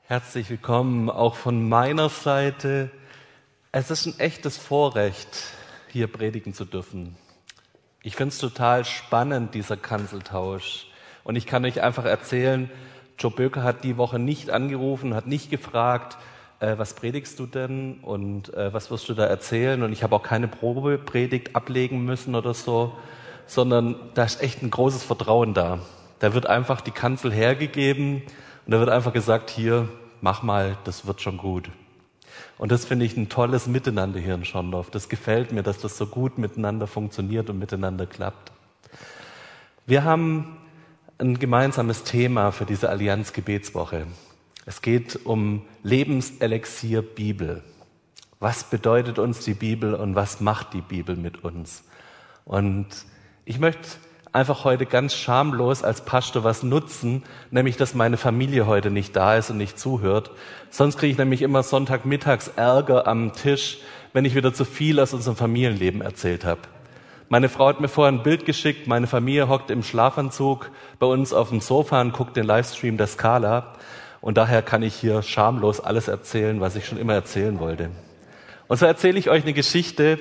Herzlich willkommen auch von meiner Seite. Es ist ein echtes Vorrecht, hier predigen zu dürfen. Ich finde es total spannend, dieser Kanzeltausch. Und ich kann euch einfach erzählen, Joe Böker hat die Woche nicht angerufen, hat nicht gefragt, was predigst du denn und was wirst du da erzählen? Und ich habe auch keine Probepredigt ablegen müssen oder so, sondern da ist echt ein großes Vertrauen da. Da wird einfach die Kanzel hergegeben und da wird einfach gesagt, hier, mach mal, das wird schon gut. Und das finde ich ein tolles Miteinander hier in Schorndorf. Das gefällt mir, dass das so gut miteinander funktioniert und miteinander klappt. Wir haben ein gemeinsames Thema für diese Allianz-Gebetswoche. Es geht um Lebenselixier Bibel. Was bedeutet uns die Bibel und was macht die Bibel mit uns? Und ich möchte einfach heute ganz schamlos als Pastor was nutzen, nämlich, dass meine Familie heute nicht da ist und nicht zuhört. Sonst kriege ich nämlich immer Sonntagmittags Ärger am Tisch, wenn ich wieder zu viel aus unserem Familienleben erzählt habe. Meine Frau hat mir vorher ein Bild geschickt, meine Familie hockt im Schlafanzug bei uns auf dem Sofa und guckt den Livestream der Scala. Und daher kann ich hier schamlos alles erzählen, was ich schon immer erzählen wollte. Und so erzähle ich euch eine Geschichte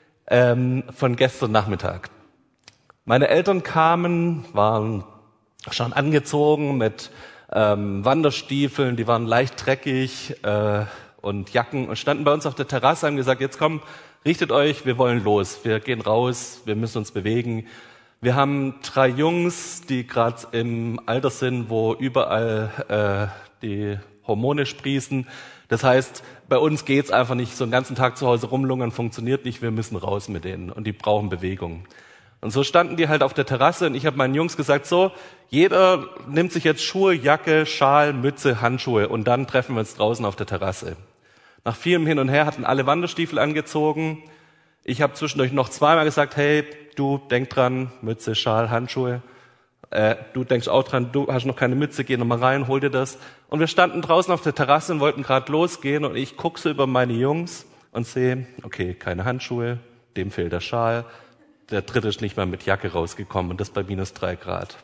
von gestern Nachmittag. Meine Eltern kamen, waren schon angezogen mit Wanderstiefeln, die waren leicht dreckig und Jacken und standen bei uns auf der Terrasse, haben gesagt, jetzt komm, richtet euch, wir wollen los, wir gehen raus, wir müssen uns bewegen. Wir haben 3 Jungs, die gerade im Alter sind, wo überall die Hormone sprießen. Das heißt, bei uns geht's einfach nicht, so einen ganzen Tag zu Hause rumlungern, funktioniert nicht, wir müssen raus mit denen und die brauchen Bewegung. Und so standen die halt auf der Terrasse und ich habe meinen Jungs gesagt, so, jeder nimmt sich jetzt Schuhe, Jacke, Schal, Mütze, Handschuhe und dann treffen wir uns draußen auf der Terrasse. Nach vielem Hin und Her hatten alle Wanderstiefel angezogen. Ich habe zwischendurch noch zweimal gesagt, hey, du denk dran, Mütze, Schal, Handschuhe. Du denkst auch dran, du hast noch keine Mütze, geh noch mal rein, hol dir das. Und wir standen draußen auf der Terrasse und wollten gerade losgehen und ich gucke so über meine Jungs und sehe, okay, keine Handschuhe, dem fehlt der Schal. Der dritte ist nicht mal mit Jacke rausgekommen und das bei -3 Grad.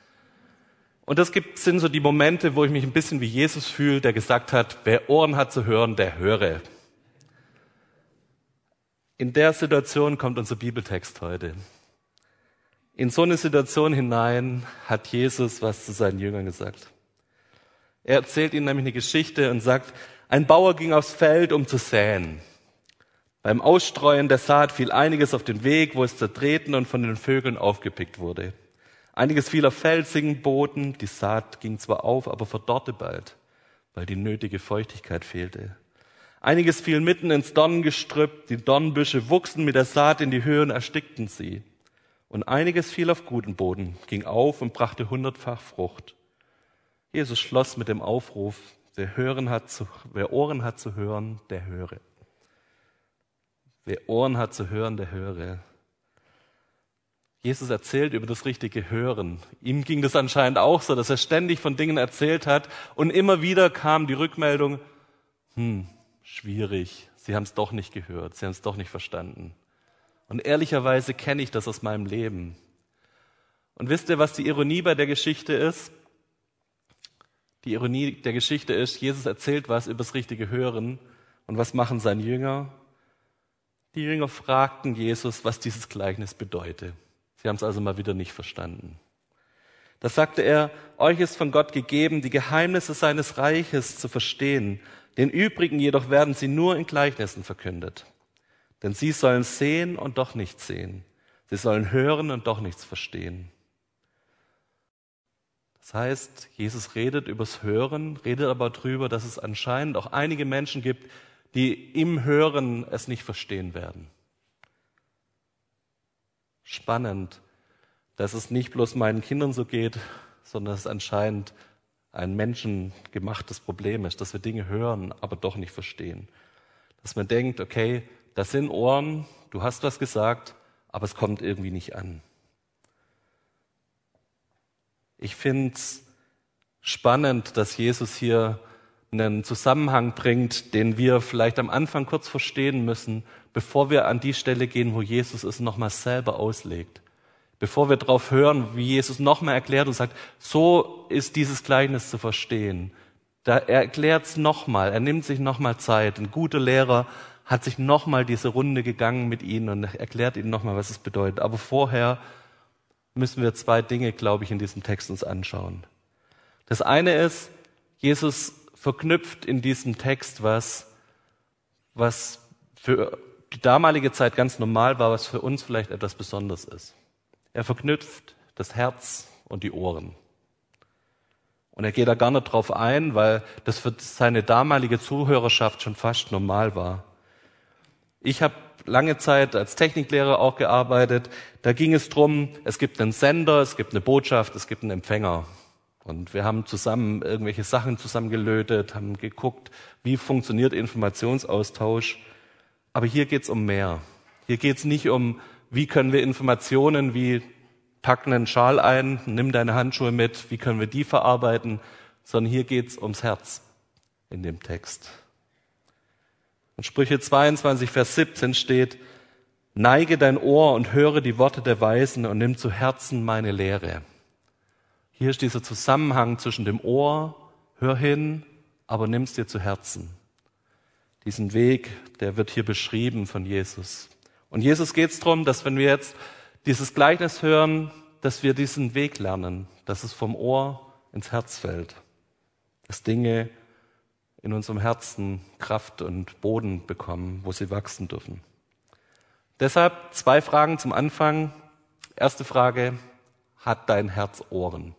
Und das sind so die Momente, wo ich mich ein bisschen wie Jesus fühle, der gesagt hat, wer Ohren hat zu hören, der höre. In der Situation kommt unser Bibeltext heute. In so eine Situation hinein hat Jesus was zu seinen Jüngern gesagt. Er erzählt ihnen nämlich eine Geschichte und sagt, ein Bauer ging aufs Feld, um zu säen. Beim Ausstreuen der Saat fiel einiges auf den Weg, wo es zertreten und von den Vögeln aufgepickt wurde. Einiges fiel auf felsigen Boden, die Saat ging zwar auf, aber verdorrte bald, weil die nötige Feuchtigkeit fehlte. Einiges fiel mitten ins Dornengestrüpp, die Dornbüsche wuchsen mit der Saat in die Höhe und erstickten sie. Und einiges fiel auf guten Boden, ging auf und brachte 100-fach Frucht. Jesus schloss mit dem Aufruf, wer Ohren hat zu hören, der höre. Wer Ohren hat zu hören, der höre. Jesus erzählt über das richtige Hören. Ihm ging das anscheinend auch so, dass er ständig von Dingen erzählt hat und immer wieder kam die Rückmeldung, schwierig, sie haben es doch nicht gehört, sie haben es doch nicht verstanden. Und ehrlicherweise kenne ich das aus meinem Leben. Und wisst ihr, was die Ironie bei der Geschichte ist? Die Ironie der Geschichte ist, Jesus erzählt was über das richtige Hören und was machen seine Jünger? Die Jünger fragten Jesus, was dieses Gleichnis bedeute. Sie haben es also mal wieder nicht verstanden. Da sagte er, euch ist von Gott gegeben, die Geheimnisse seines Reiches zu verstehen. Den übrigen jedoch werden sie nur in Gleichnissen verkündet. Denn sie sollen sehen und doch nichts sehen. Sie sollen hören und doch nichts verstehen. Das heißt, Jesus redet übers Hören, redet aber darüber, dass es anscheinend auch einige Menschen gibt, die im Hören es nicht verstehen werden. Spannend, dass es nicht bloß meinen Kindern so geht, sondern dass es anscheinend ein menschengemachtes Problem ist, dass wir Dinge hören, aber doch nicht verstehen. Dass man denkt, okay, das sind Ohren, du hast was gesagt, aber es kommt irgendwie nicht an. Ich finde es spannend, dass Jesus hier einen Zusammenhang bringt, den wir vielleicht am Anfang kurz verstehen müssen, bevor wir an die Stelle gehen, wo Jesus es nochmal selber auslegt. Bevor wir darauf hören, wie Jesus nochmal erklärt und sagt, so ist dieses Gleichnis zu verstehen. Da erklärt es nochmal, er nimmt sich nochmal Zeit. Ein guter Lehrer hat sich nochmal diese Runde gegangen mit ihnen und erklärt ihnen nochmal, was es bedeutet. Aber vorher müssen wir 2 Dinge, glaube ich, in diesem Text uns anschauen. Das eine ist, Jesus verknüpft in diesem Text was für die damalige Zeit ganz normal war, was für uns vielleicht etwas Besonderes ist. Er verknüpft das Herz und die Ohren. Und er geht da gar nicht drauf ein, weil das für seine damalige Zuhörerschaft schon fast normal war. Ich habe lange Zeit als Techniklehrer auch gearbeitet. Da ging es drum, es gibt einen Sender, es gibt eine Botschaft, es gibt einen Empfänger. Und wir haben zusammen irgendwelche Sachen zusammengelötet, haben geguckt, wie funktioniert Informationsaustausch. Aber hier geht es um mehr. Hier geht es nicht um, wie können wir Informationen wie pack einen Schal ein, nimm deine Handschuhe mit, wie können wir die verarbeiten, sondern hier geht es ums Herz in dem Text. In Sprüche 22, Vers 17 steht, neige dein Ohr und höre die Worte der Weisen und nimm zu Herzen meine Lehre. Hier ist dieser Zusammenhang zwischen dem Ohr, hör hin, aber nimm es dir zu Herzen. Diesen Weg, der wird hier beschrieben von Jesus. Und Jesus geht es darum, dass wenn wir jetzt dieses Gleichnis hören, dass wir diesen Weg lernen, dass es vom Ohr ins Herz fällt, dass Dinge in unserem Herzen Kraft und Boden bekommen, wo sie wachsen dürfen. Deshalb 2 Fragen zum Anfang. Erste Frage, hat dein Herz Ohren?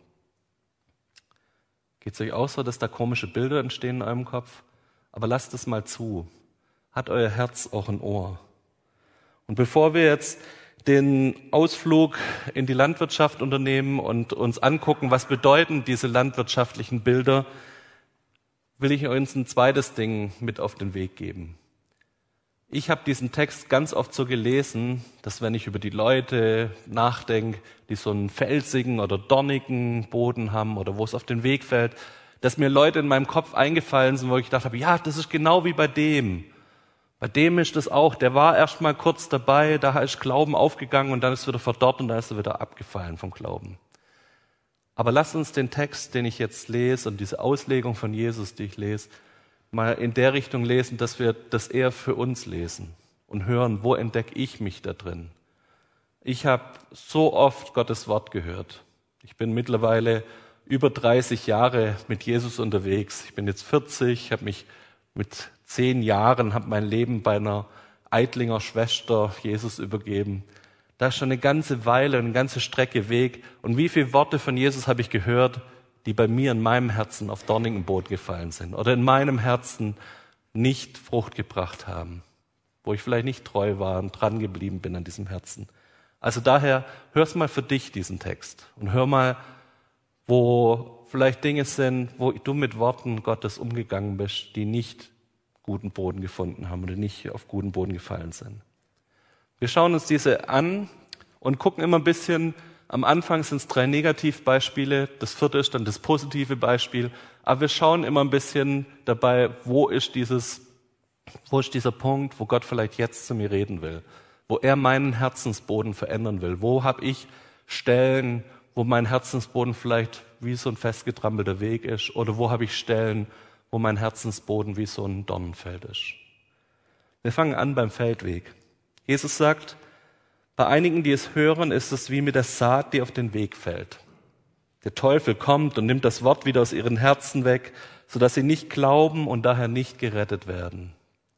Geht es euch auch so, dass da komische Bilder entstehen in eurem Kopf? Aber lasst es mal zu. Hat euer Herz auch ein Ohr? Und bevor wir jetzt den Ausflug in die Landwirtschaft unternehmen und uns angucken, was bedeuten diese landwirtschaftlichen Bilder, will ich uns ein zweites Ding mit auf den Weg geben. Ich habe diesen Text ganz oft so gelesen, dass wenn ich über die Leute nachdenke, die so einen felsigen oder dornigen Boden haben oder wo es auf den Weg fällt, dass mir Leute in meinem Kopf eingefallen sind, wo ich gedacht habe, ja, das ist genau wie bei dem. Bei dem ist das auch, der war erst mal kurz dabei, da ist Glauben aufgegangen und dann ist er wieder verdorrt und dann ist er wieder abgefallen vom Glauben. Aber lasst uns den Text, den ich jetzt lese und diese Auslegung von Jesus, die ich lese, mal in der Richtung lesen, dass wir das eher für uns lesen und hören, wo entdecke ich mich da drin. Ich habe so oft Gottes Wort gehört. Ich bin mittlerweile über 30 Jahre mit Jesus unterwegs. Ich bin jetzt 40, habe mich mit 10 Jahren, habe mein Leben bei einer Eitlinger Schwester Jesus übergeben. Da ist schon eine ganze Weile, eine ganze Strecke Weg. Und wie viele Worte von Jesus habe ich gehört, die bei mir in meinem Herzen auf dornigen Boden gefallen sind oder in meinem Herzen nicht Frucht gebracht haben, wo ich vielleicht nicht treu war und dran geblieben bin an diesem Herzen. Also daher, hör's mal für dich, diesen Text, und hör mal, wo vielleicht Dinge sind, wo du mit Worten Gottes umgegangen bist, die nicht guten Boden gefunden haben oder nicht auf guten Boden gefallen sind. Wir schauen uns diese an und gucken immer ein bisschen, am Anfang sind es 3 Negativbeispiele, das 4. ist dann das positive Beispiel, aber wir schauen immer ein bisschen dabei, wo ist dieser Punkt, wo Gott vielleicht jetzt zu mir reden will, wo er meinen Herzensboden verändern will, wo habe ich Stellen, wo mein Herzensboden vielleicht wie so ein festgetrampelter Weg ist oder wo habe ich Stellen, wo mein Herzensboden wie so ein Dornenfeld ist. Wir fangen an beim Feldweg. Jesus sagt, bei einigen, die es hören, ist es wie mit der Saat, die auf den Weg fällt. Der Teufel kommt und nimmt das Wort wieder aus ihren Herzen weg, sodass sie nicht glauben und daher nicht gerettet werden.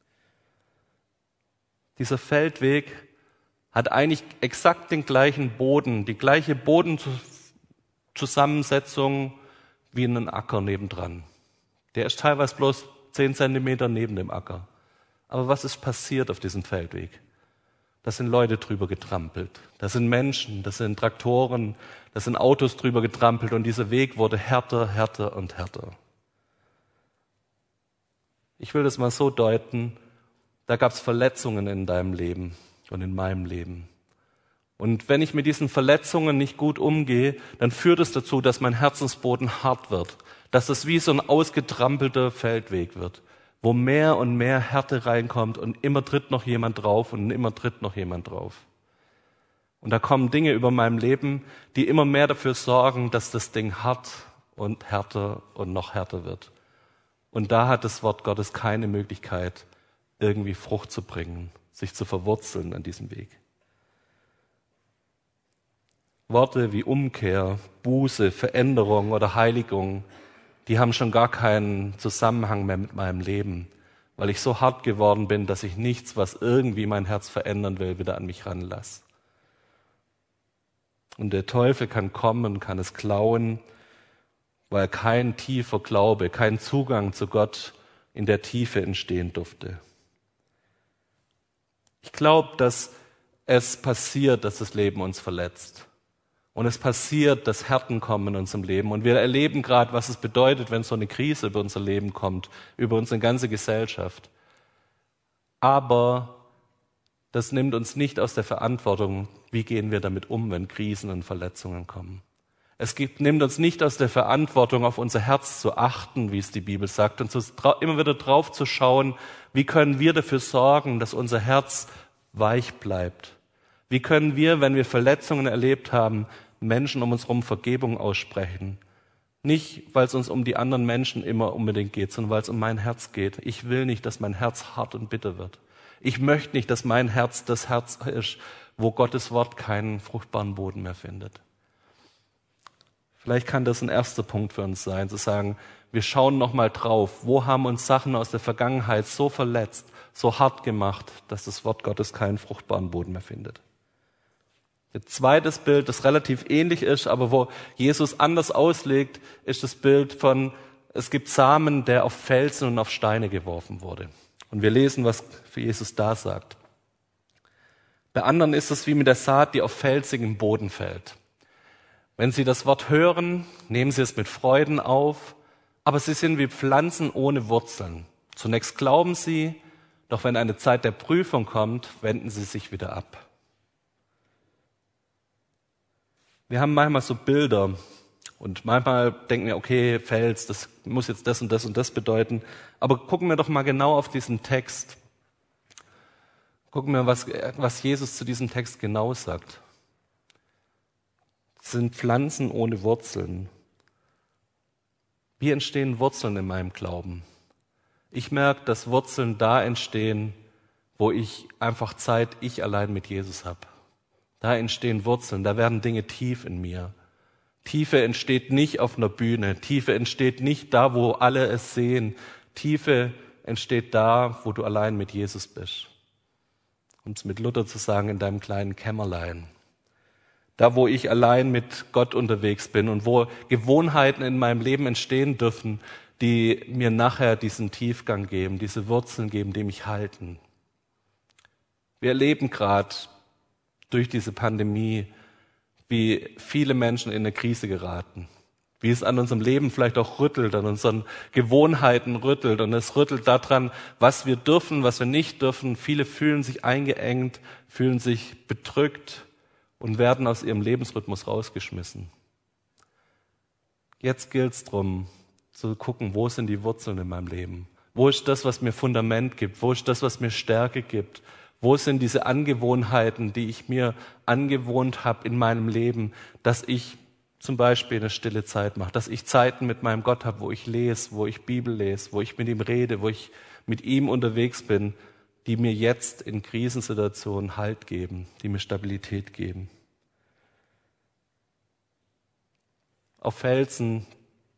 Dieser Feldweg hat eigentlich exakt den gleichen Boden, die gleiche Bodenzusammensetzung wie ein Acker nebendran. Der ist teilweise bloß 10 Zentimeter neben dem Acker. Aber was ist passiert auf diesem Feldweg? Da sind Leute drüber getrampelt. Da sind Menschen, da sind Traktoren, da sind Autos drüber getrampelt und dieser Weg wurde härter, härter und härter. Ich will das mal so deuten, da gab es Verletzungen in deinem Leben und in meinem Leben. Und wenn ich mit diesen Verletzungen nicht gut umgehe, dann führt es dazu, dass mein Herzensboden hart wird, dass es wie so ein ausgetrampelter Feldweg wird, wo mehr und mehr Härte reinkommt und immer tritt noch jemand drauf und immer tritt noch jemand drauf. Und da kommen Dinge über meinem Leben, die immer mehr dafür sorgen, dass das Ding hart und härter und noch härter wird. Und da hat das Wort Gottes keine Möglichkeit, irgendwie Frucht zu bringen, sich zu verwurzeln an diesem Weg. Worte wie Umkehr, Buße, Veränderung oder Heiligung, die haben schon gar keinen Zusammenhang mehr mit meinem Leben, weil ich so hart geworden bin, dass ich nichts, was irgendwie mein Herz verändern will, wieder an mich ranlasse. Und der Teufel kann kommen und kann es klauen, weil kein tiefer Glaube, kein Zugang zu Gott in der Tiefe entstehen durfte. Ich glaube, dass es passiert, dass das Leben uns verletzt. Und es passiert, dass Härten kommen in unserem Leben. Und wir erleben gerade, was es bedeutet, wenn so eine Krise über unser Leben kommt, über unsere ganze Gesellschaft. Aber das nimmt uns nicht aus der Verantwortung, wie gehen wir damit um, wenn Krisen und Verletzungen kommen. Nimmt uns nicht aus der Verantwortung, auf unser Herz zu achten, wie es die Bibel sagt, und immer wieder drauf zu schauen, wie können wir dafür sorgen, dass unser Herz weich bleibt. Wie können wir, wenn wir Verletzungen erlebt haben, Menschen um uns herum Vergebung aussprechen? Nicht, weil es uns um die anderen Menschen immer unbedingt geht, sondern weil es um mein Herz geht. Ich will nicht, dass mein Herz hart und bitter wird. Ich möchte nicht, dass mein Herz das Herz ist, wo Gottes Wort keinen fruchtbaren Boden mehr findet. Vielleicht kann das ein erster Punkt für uns sein, zu sagen, wir schauen nochmal drauf, wo haben uns Sachen aus der Vergangenheit so verletzt, so hart gemacht, dass das Wort Gottes keinen fruchtbaren Boden mehr findet. Ein zweites Bild, das relativ ähnlich ist, aber wo Jesus anders auslegt, ist das Bild von, es gibt Samen, der auf Felsen und auf Steine geworfen wurde. Und wir lesen, was für Jesus da sagt. Bei anderen ist es wie mit der Saat, die auf felsigem Boden fällt. Wenn Sie das Wort hören, nehmen Sie es mit Freuden auf, aber Sie sind wie Pflanzen ohne Wurzeln. Zunächst glauben Sie, doch wenn eine Zeit der Prüfung kommt, wenden Sie sich wieder ab. Wir haben manchmal so Bilder und manchmal denken wir, okay, Fels, das muss jetzt das und das und das bedeuten. Aber gucken wir doch mal genau auf diesen Text. Gucken wir, was Jesus zu diesem Text genau sagt. Es sind Pflanzen ohne Wurzeln. Wie entstehen Wurzeln in meinem Glauben? Ich merke, dass Wurzeln da entstehen, wo ich einfach Zeit ich allein mit Jesus habe. Da entstehen Wurzeln, da werden Dinge tief in mir. Tiefe entsteht nicht auf einer Bühne, Tiefe entsteht nicht da, wo alle es sehen. Tiefe entsteht da, wo du allein mit Jesus bist. Um es mit Luther zu sagen, in deinem kleinen Kämmerlein. Da, wo ich allein mit Gott unterwegs bin und wo Gewohnheiten in meinem Leben entstehen dürfen, die mir nachher diesen Tiefgang geben, diese Wurzeln geben, die mich halten. Wir erleben gerade durch diese Pandemie, wie viele Menschen in eine Krise geraten, wie es an unserem Leben vielleicht auch rüttelt, an unseren Gewohnheiten rüttelt und es rüttelt daran, was wir dürfen, was wir nicht dürfen. Viele fühlen sich eingeengt, fühlen sich bedrückt und werden aus ihrem Lebensrhythmus rausgeschmissen. Jetzt gilt es darum, zu gucken, wo sind die Wurzeln in meinem Leben? Wo ist das, was mir Fundament gibt? Wo ist das, was mir Stärke gibt? Wo sind diese Angewohnheiten, die ich mir angewohnt habe in meinem Leben, dass ich zum Beispiel eine stille Zeit mache, dass ich Zeiten mit meinem Gott habe, wo ich lese, wo ich Bibel lese, wo ich mit ihm rede, wo ich mit ihm unterwegs bin, die mir jetzt in Krisensituationen Halt geben, die mir Stabilität geben. Auf Felsen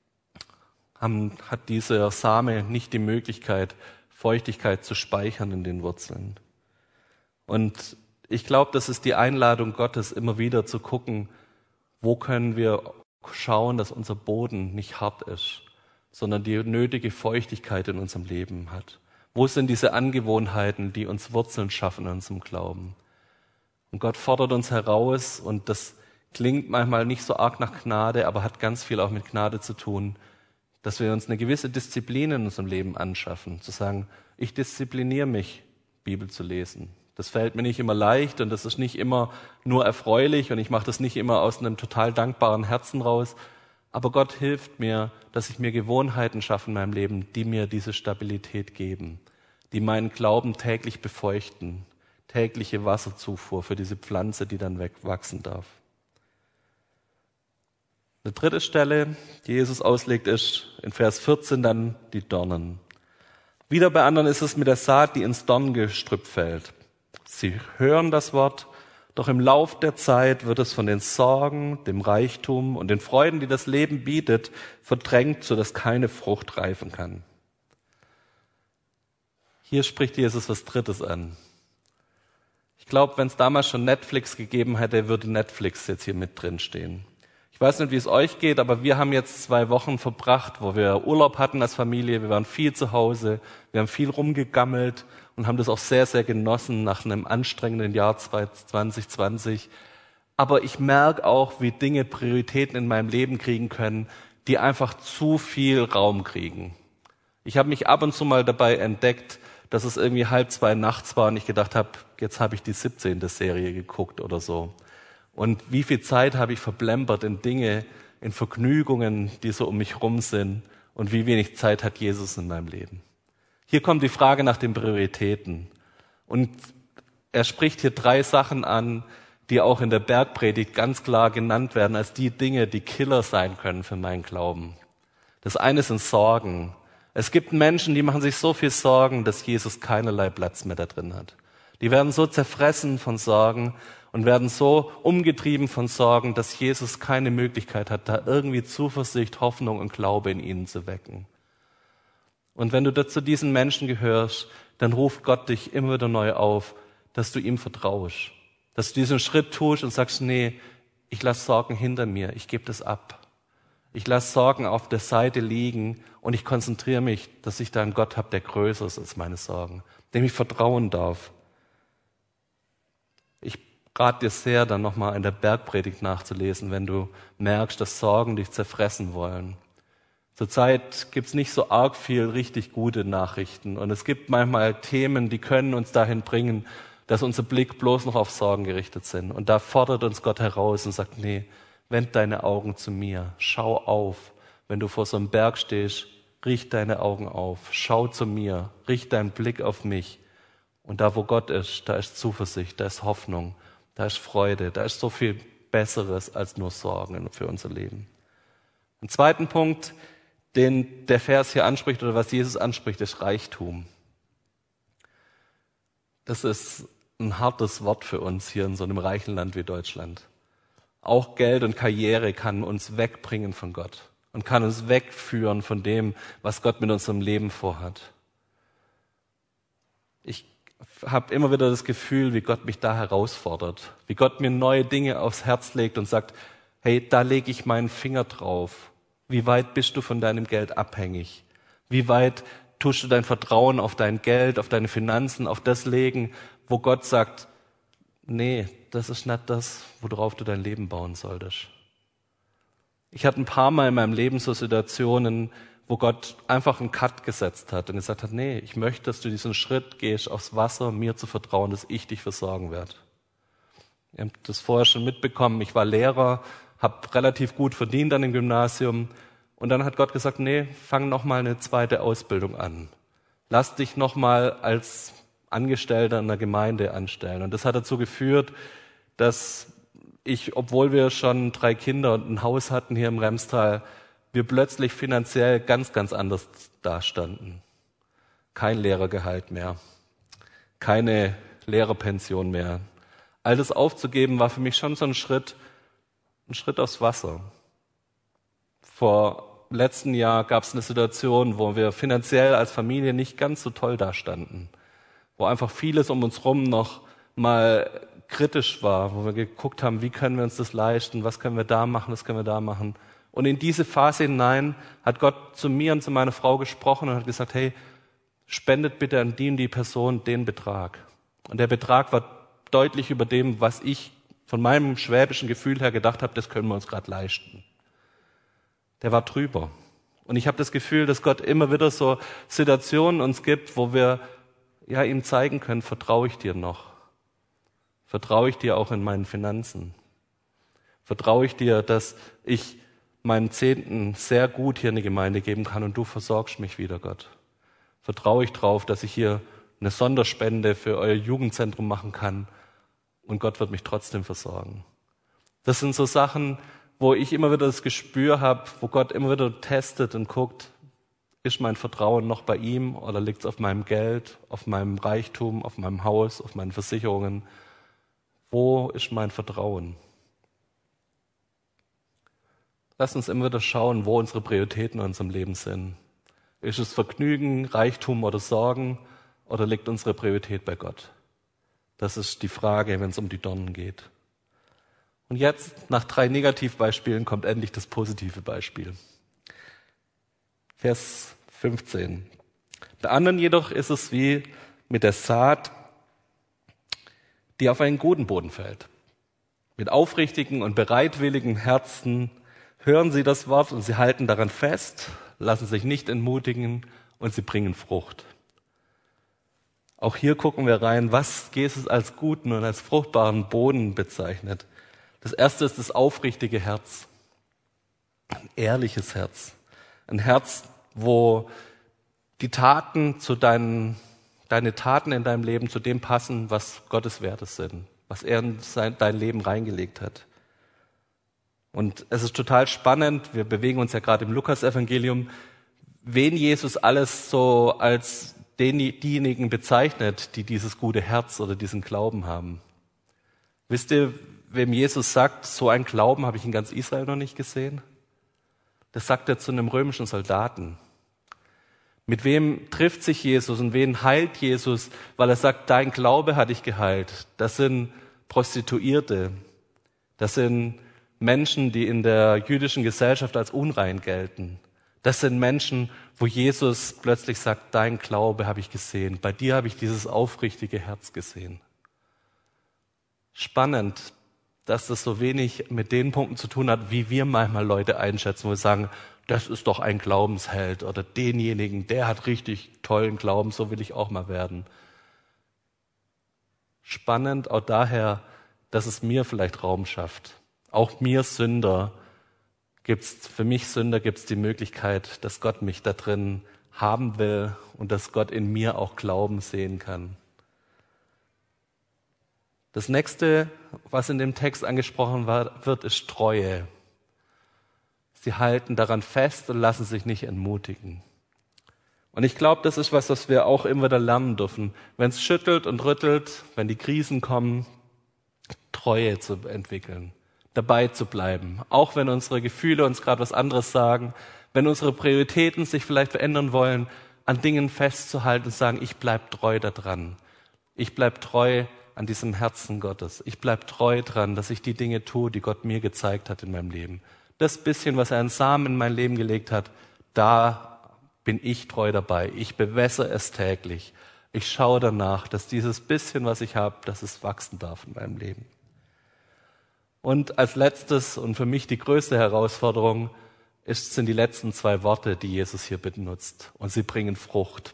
hat dieser Same nicht die Möglichkeit, Feuchtigkeit zu speichern in den Wurzeln. Und ich glaube, das ist die Einladung Gottes, immer wieder zu gucken, wo können wir schauen, dass unser Boden nicht hart ist, sondern die nötige Feuchtigkeit in unserem Leben hat. Wo sind diese Angewohnheiten, die uns Wurzeln schaffen in unserem Glauben? Und Gott fordert uns heraus, und das klingt manchmal nicht so arg nach Gnade, aber hat ganz viel auch mit Gnade zu tun, dass wir uns eine gewisse Disziplin in unserem Leben anschaffen, zu sagen, ich diszipliniere mich, Bibel zu lesen. Das fällt mir nicht immer leicht und das ist nicht immer nur erfreulich und ich mache das nicht immer aus einem total dankbaren Herzen raus. Aber Gott hilft mir, dass ich mir Gewohnheiten schaffe in meinem Leben, die mir diese Stabilität geben, die meinen Glauben täglich befeuchten, tägliche Wasserzufuhr für diese Pflanze, die dann wachsen darf. Eine dritte Stelle, die Jesus auslegt, ist in Vers 14 dann die Dornen. Wieder bei anderen ist es mit der Saat, die ins Dornengestrüpp fällt. Sie hören das Wort, doch im Lauf der Zeit wird es von den Sorgen, dem Reichtum und den Freuden, die das Leben bietet, verdrängt, sodass keine Frucht reifen kann. Hier spricht Jesus was Drittes an. Ich glaube, wenn es damals schon Netflix gegeben hätte, würde Netflix jetzt hier mit drin stehen. Ich weiß nicht, wie es euch geht, aber wir haben jetzt 2 Wochen verbracht, wo wir Urlaub hatten als Familie. Wir waren viel zu Hause, wir haben viel rumgegammelt und haben das auch sehr, sehr genossen nach einem anstrengenden Jahr 2020. Aber ich merke auch, wie Dinge Prioritäten in meinem Leben kriegen können, die einfach zu viel Raum kriegen. Ich habe mich ab und zu mal dabei entdeckt, dass es irgendwie 1:30 nachts war und ich gedacht habe, jetzt habe ich die 17. Serie geguckt oder so. Und wie viel Zeit habe ich verplempert in Dinge, in Vergnügungen, die so um mich rum sind, und wie wenig Zeit hat Jesus in meinem Leben. Hier kommt die Frage nach den Prioritäten. Und er spricht hier 3 Sachen an, die auch in der Bergpredigt ganz klar genannt werden als die Dinge, die Killer sein können für meinen Glauben. Das eine sind Sorgen. Es gibt Menschen, die machen sich so viel Sorgen, dass Jesus keinerlei Platz mehr da drin hat. Die werden so zerfressen von Sorgen und werden so umgetrieben von Sorgen, dass Jesus keine Möglichkeit hat, da irgendwie Zuversicht, Hoffnung und Glaube in ihnen zu wecken. Und wenn du zu diesen Menschen gehörst, dann ruft Gott dich immer wieder neu auf, dass du ihm vertraust. Dass du diesen Schritt tust und sagst, nee, ich lasse Sorgen hinter mir, ich gebe das ab. Ich lasse Sorgen auf der Seite liegen und ich konzentriere mich, dass ich da einen Gott habe, der größer ist als meine Sorgen, dem ich vertrauen darf. Ich rate dir sehr, dann nochmal in der Bergpredigt nachzulesen, wenn du merkst, dass Sorgen dich zerfressen wollen. Zurzeit gibt's nicht so arg viel richtig gute Nachrichten und es gibt manchmal Themen, die können uns dahin bringen, dass unser Blick bloß noch auf Sorgen gerichtet sind. Und da fordert uns Gott heraus und sagt, nee, wend deine Augen zu mir, schau auf. Wenn du vor so einem Berg stehst, richt deine Augen auf, schau zu mir, richt deinen Blick auf mich. Und da, wo Gott ist, da ist Zuversicht, da ist Hoffnung, da ist Freude, da ist so viel Besseres als nur Sorgen für unser Leben. Ein zweiten Punkt, den der Vers hier anspricht oder was Jesus anspricht, ist Reichtum. Das ist ein hartes Wort für uns hier in so einem reichen Land wie Deutschland. Auch Geld und Karriere kann uns wegbringen von Gott und kann uns wegführen von dem, was Gott mit unserem Leben vorhat. Ich habe immer wieder das Gefühl, wie Gott mich da herausfordert, wie Gott mir neue Dinge aufs Herz legt und sagt, hey, da lege ich meinen Finger drauf. Wie weit bist du von deinem Geld abhängig? Wie weit tust du dein Vertrauen auf dein Geld, auf deine Finanzen, auf das legen, wo Gott sagt, nee, das ist nicht das, worauf du dein Leben bauen solltest. Ich hatte ein paar Mal in meinem Leben so Situationen, wo Gott einfach einen Cut gesetzt hat und gesagt hat, nee, ich möchte, dass du diesen Schritt gehst, aufs Wasser, mir zu vertrauen, dass ich dich versorgen werde. Ihr habt das vorher schon mitbekommen, ich war Lehrer, habe relativ gut verdient an dem Gymnasium und dann hat Gott gesagt, nee, fang noch mal eine zweite Ausbildung an. Lass dich noch mal als Angestellter in der Gemeinde anstellen. Und das hat dazu geführt, dass ich, obwohl wir schon 3 Kinder und ein Haus hatten hier im Remstal, wir plötzlich finanziell ganz, ganz anders dastanden. Kein Lehrergehalt mehr, keine Lehrerpension mehr. All das aufzugeben war für mich schon so ein Schritt aufs Wasser. Vor letzten Jahr gab es eine Situation, wo wir finanziell als Familie nicht ganz so toll dastanden, wo einfach vieles um uns rum noch mal kritisch war, wo wir geguckt haben, wie können wir uns das leisten, was können wir da machen, was können wir da machen. Und in diese Phase hinein hat Gott zu mir und zu meiner Frau gesprochen und hat gesagt, hey, spendet bitte an die und die Person den Betrag. Und der Betrag war deutlich über dem, was ich von meinem schwäbischen Gefühl her gedacht habe, das können wir uns gerade leisten. Der war drüber. Und ich habe das Gefühl, dass Gott immer wieder so Situationen uns gibt, wo wir ihm zeigen können, vertraue ich dir noch? Vertraue ich dir auch in meinen Finanzen? Vertraue ich dir, dass ich meinen Zehnten sehr gut hier in die Gemeinde geben kann und du versorgst mich wieder, Gott? Vertraue ich drauf, dass ich hier eine Sonderspende für euer Jugendzentrum machen kann und Gott wird mich trotzdem versorgen? Das sind so Sachen, wo ich immer wieder das Gespür habe, wo Gott immer wieder testet und guckt, ist mein Vertrauen noch bei ihm oder liegt es auf meinem Geld, auf meinem Reichtum, auf meinem Haus, auf meinen Versicherungen? Wo ist mein Vertrauen? Lass uns immer wieder schauen, wo unsere Prioritäten in unserem Leben sind. Ist es Vergnügen, Reichtum oder Sorgen oder liegt unsere Priorität bei Gott? Das ist die Frage, wenn es um die Dornen geht. Und jetzt, nach 3 Negativbeispielen, kommt endlich das positive Beispiel. Vers 15. Bei anderen jedoch ist es wie mit der Saat, die auf einen guten Boden fällt. Mit aufrichtigen und bereitwilligen Herzen hören sie das Wort und sie halten daran fest, lassen sich nicht entmutigen und sie bringen Frucht. Auch hier gucken wir rein, was Jesus als guten und als fruchtbaren Boden bezeichnet. Das erste ist das aufrichtige Herz. Ein ehrliches Herz. Ein Herz, wo die Taten deine Taten in deinem Leben zu dem passen, was Gottes Werte sind, was er in dein Leben reingelegt hat. Und es ist total spannend, wir bewegen uns ja gerade im Lukas-Evangelium, wen Jesus alles so als diejenigen bezeichnet, die dieses gute Herz oder diesen Glauben haben. Wisst ihr, wem Jesus sagt, so einen Glauben habe ich in ganz Israel noch nicht gesehen? Das sagt er zu einem römischen Soldaten. Mit wem trifft sich Jesus und wen heilt Jesus, weil er sagt, dein Glaube hat dich geheilt. Das sind Prostituierte. Das sind Menschen, die in der jüdischen Gesellschaft als unrein gelten. Das sind Menschen, wo Jesus plötzlich sagt, dein Glaube habe ich gesehen. Bei dir habe ich dieses aufrichtige Herz gesehen. Spannend, dass das so wenig mit den Punkten zu tun hat, wie wir manchmal Leute einschätzen, wo wir sagen, das ist doch ein Glaubensheld oder denjenigen, der hat richtig tollen Glauben, so will ich auch mal werden. Spannend auch daher, dass es mir vielleicht Raum schafft. Auch mir Sünder für mich Sünder gibt's die Möglichkeit, dass Gott mich da drin haben will und dass Gott in mir auch Glauben sehen kann. Das nächste, was in dem Text angesprochen wird, ist Treue. Sie halten daran fest und lassen sich nicht entmutigen. Und ich glaube, das ist was wir auch immer wieder lernen dürfen. Wenn es schüttelt und rüttelt, wenn die Krisen kommen, Treue zu entwickeln, dabei zu bleiben. Auch wenn unsere Gefühle uns gerade was anderes sagen, wenn unsere Prioritäten sich vielleicht verändern wollen, an Dingen festzuhalten und sagen, ich bleib treu daran. Ich bleib treu an diesem Herzen Gottes. Ich bleib treu dran, dass ich die Dinge tue, die Gott mir gezeigt hat in meinem Leben. Das bisschen, was er an Samen in mein Leben gelegt hat, da bin ich treu dabei. Ich bewässere es täglich. Ich schaue danach, dass dieses bisschen, was ich habe, dass es wachsen darf in meinem Leben. Und als letztes und für mich die größte Herausforderung sind die letzten 2 Worte, die Jesus hier benutzt. Und sie bringen Frucht.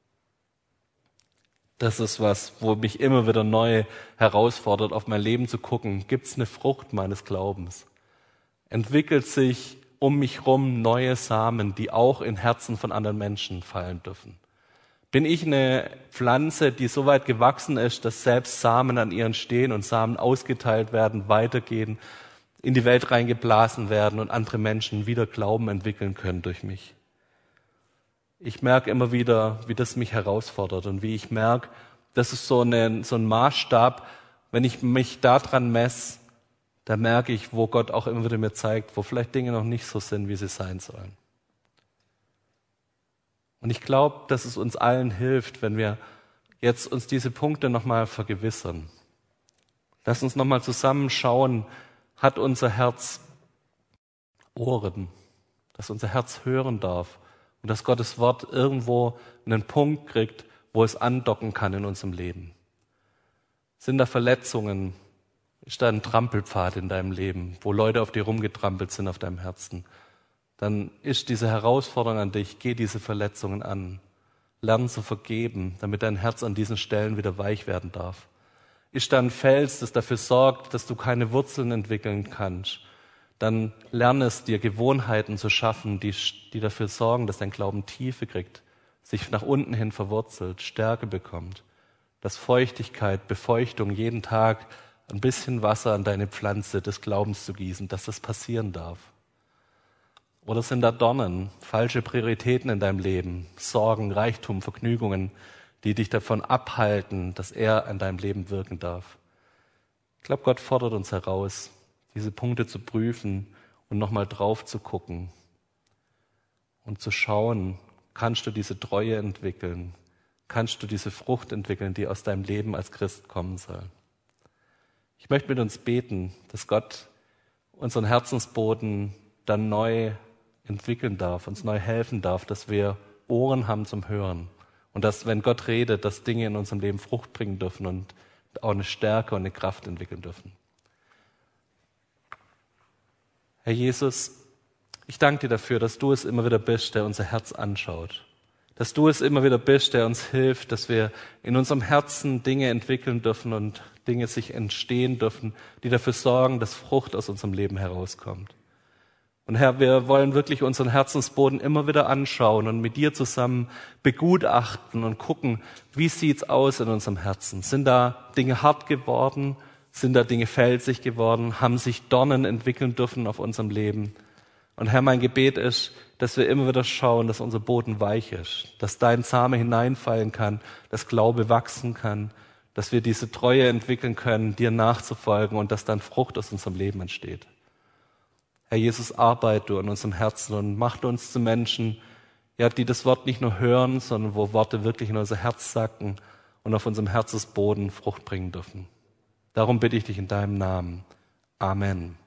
Das ist was, wo mich immer wieder neu herausfordert, auf mein Leben zu gucken. Gibt es eine Frucht meines Glaubens? Entwickelt sich um mich herum neue Samen, die auch in Herzen von anderen Menschen fallen dürfen? Bin ich eine Pflanze, die so weit gewachsen ist, dass selbst Samen an ihren stehen und Samen ausgeteilt werden, weitergehen, in die Welt reingeblasen werden und andere Menschen wieder Glauben entwickeln können durch mich? Ich merke immer wieder, wie das mich herausfordert und wie ich merke, das ist so ein Maßstab, wenn ich mich daran messe, da merke ich, wo Gott auch immer wieder mir zeigt, wo vielleicht Dinge noch nicht so sind, wie sie sein sollen. Und ich glaube, dass es uns allen hilft, wenn wir jetzt uns diese Punkte nochmal vergewissern. Lass uns nochmal zusammen schauen, hat unser Herz Ohren, dass unser Herz hören darf und dass Gottes Wort irgendwo einen Punkt kriegt, wo es andocken kann in unserem Leben. Sind da Verletzungen? Ist da ein Trampelpfad in deinem Leben, wo Leute auf dir rumgetrampelt sind auf deinem Herzen? Dann ist diese Herausforderung an dich, geh diese Verletzungen an. Lern zu vergeben, damit dein Herz an diesen Stellen wieder weich werden darf. Ist da ein Fels, das dafür sorgt, dass du keine Wurzeln entwickeln kannst, dann lerne es dir, Gewohnheiten zu schaffen, die dafür sorgen, dass dein Glauben Tiefe kriegt, sich nach unten hin verwurzelt, Stärke bekommt, dass Feuchtigkeit, Befeuchtung jeden Tag ein bisschen Wasser an deine Pflanze des Glaubens zu gießen, dass das passieren darf? Oder sind da Dornen, falsche Prioritäten in deinem Leben, Sorgen, Reichtum, Vergnügungen, die dich davon abhalten, dass er an deinem Leben wirken darf? Ich glaube, Gott fordert uns heraus, diese Punkte zu prüfen und nochmal drauf zu gucken und zu schauen, kannst du diese Treue entwickeln? Kannst du diese Frucht entwickeln, die aus deinem Leben als Christ kommen soll? Ich möchte mit uns beten, dass Gott unseren Herzensboden dann neu entwickeln darf, uns neu helfen darf, dass wir Ohren haben zum Hören und dass, wenn Gott redet, dass Dinge in unserem Leben Frucht bringen dürfen und auch eine Stärke und eine Kraft entwickeln dürfen. Herr Jesus, ich danke dir dafür, dass du es immer wieder bist, der unser Herz anschaut. Dass du es immer wieder bist, der uns hilft, dass wir in unserem Herzen Dinge entwickeln dürfen und Dinge sich entstehen dürfen, die dafür sorgen, dass Frucht aus unserem Leben herauskommt. Und Herr, wir wollen wirklich unseren Herzensboden immer wieder anschauen und mit dir zusammen begutachten und gucken, wie sieht's aus in unserem Herzen? Sind da Dinge hart geworden? Sind da Dinge felsig geworden? Haben sich Dornen entwickeln dürfen auf unserem Leben? Und Herr, mein Gebet ist, dass wir immer wieder schauen, dass unser Boden weich ist, dass dein Same hineinfallen kann, dass Glaube wachsen kann, dass wir diese Treue entwickeln können, dir nachzufolgen und dass dann Frucht aus unserem Leben entsteht. Herr Jesus, arbeite du in unserem Herzen und mach uns zu Menschen, ja, die das Wort nicht nur hören, sondern wo Worte wirklich in unser Herz sacken und auf unserem Herzensboden Frucht bringen dürfen. Darum bitte ich dich in deinem Namen. Amen.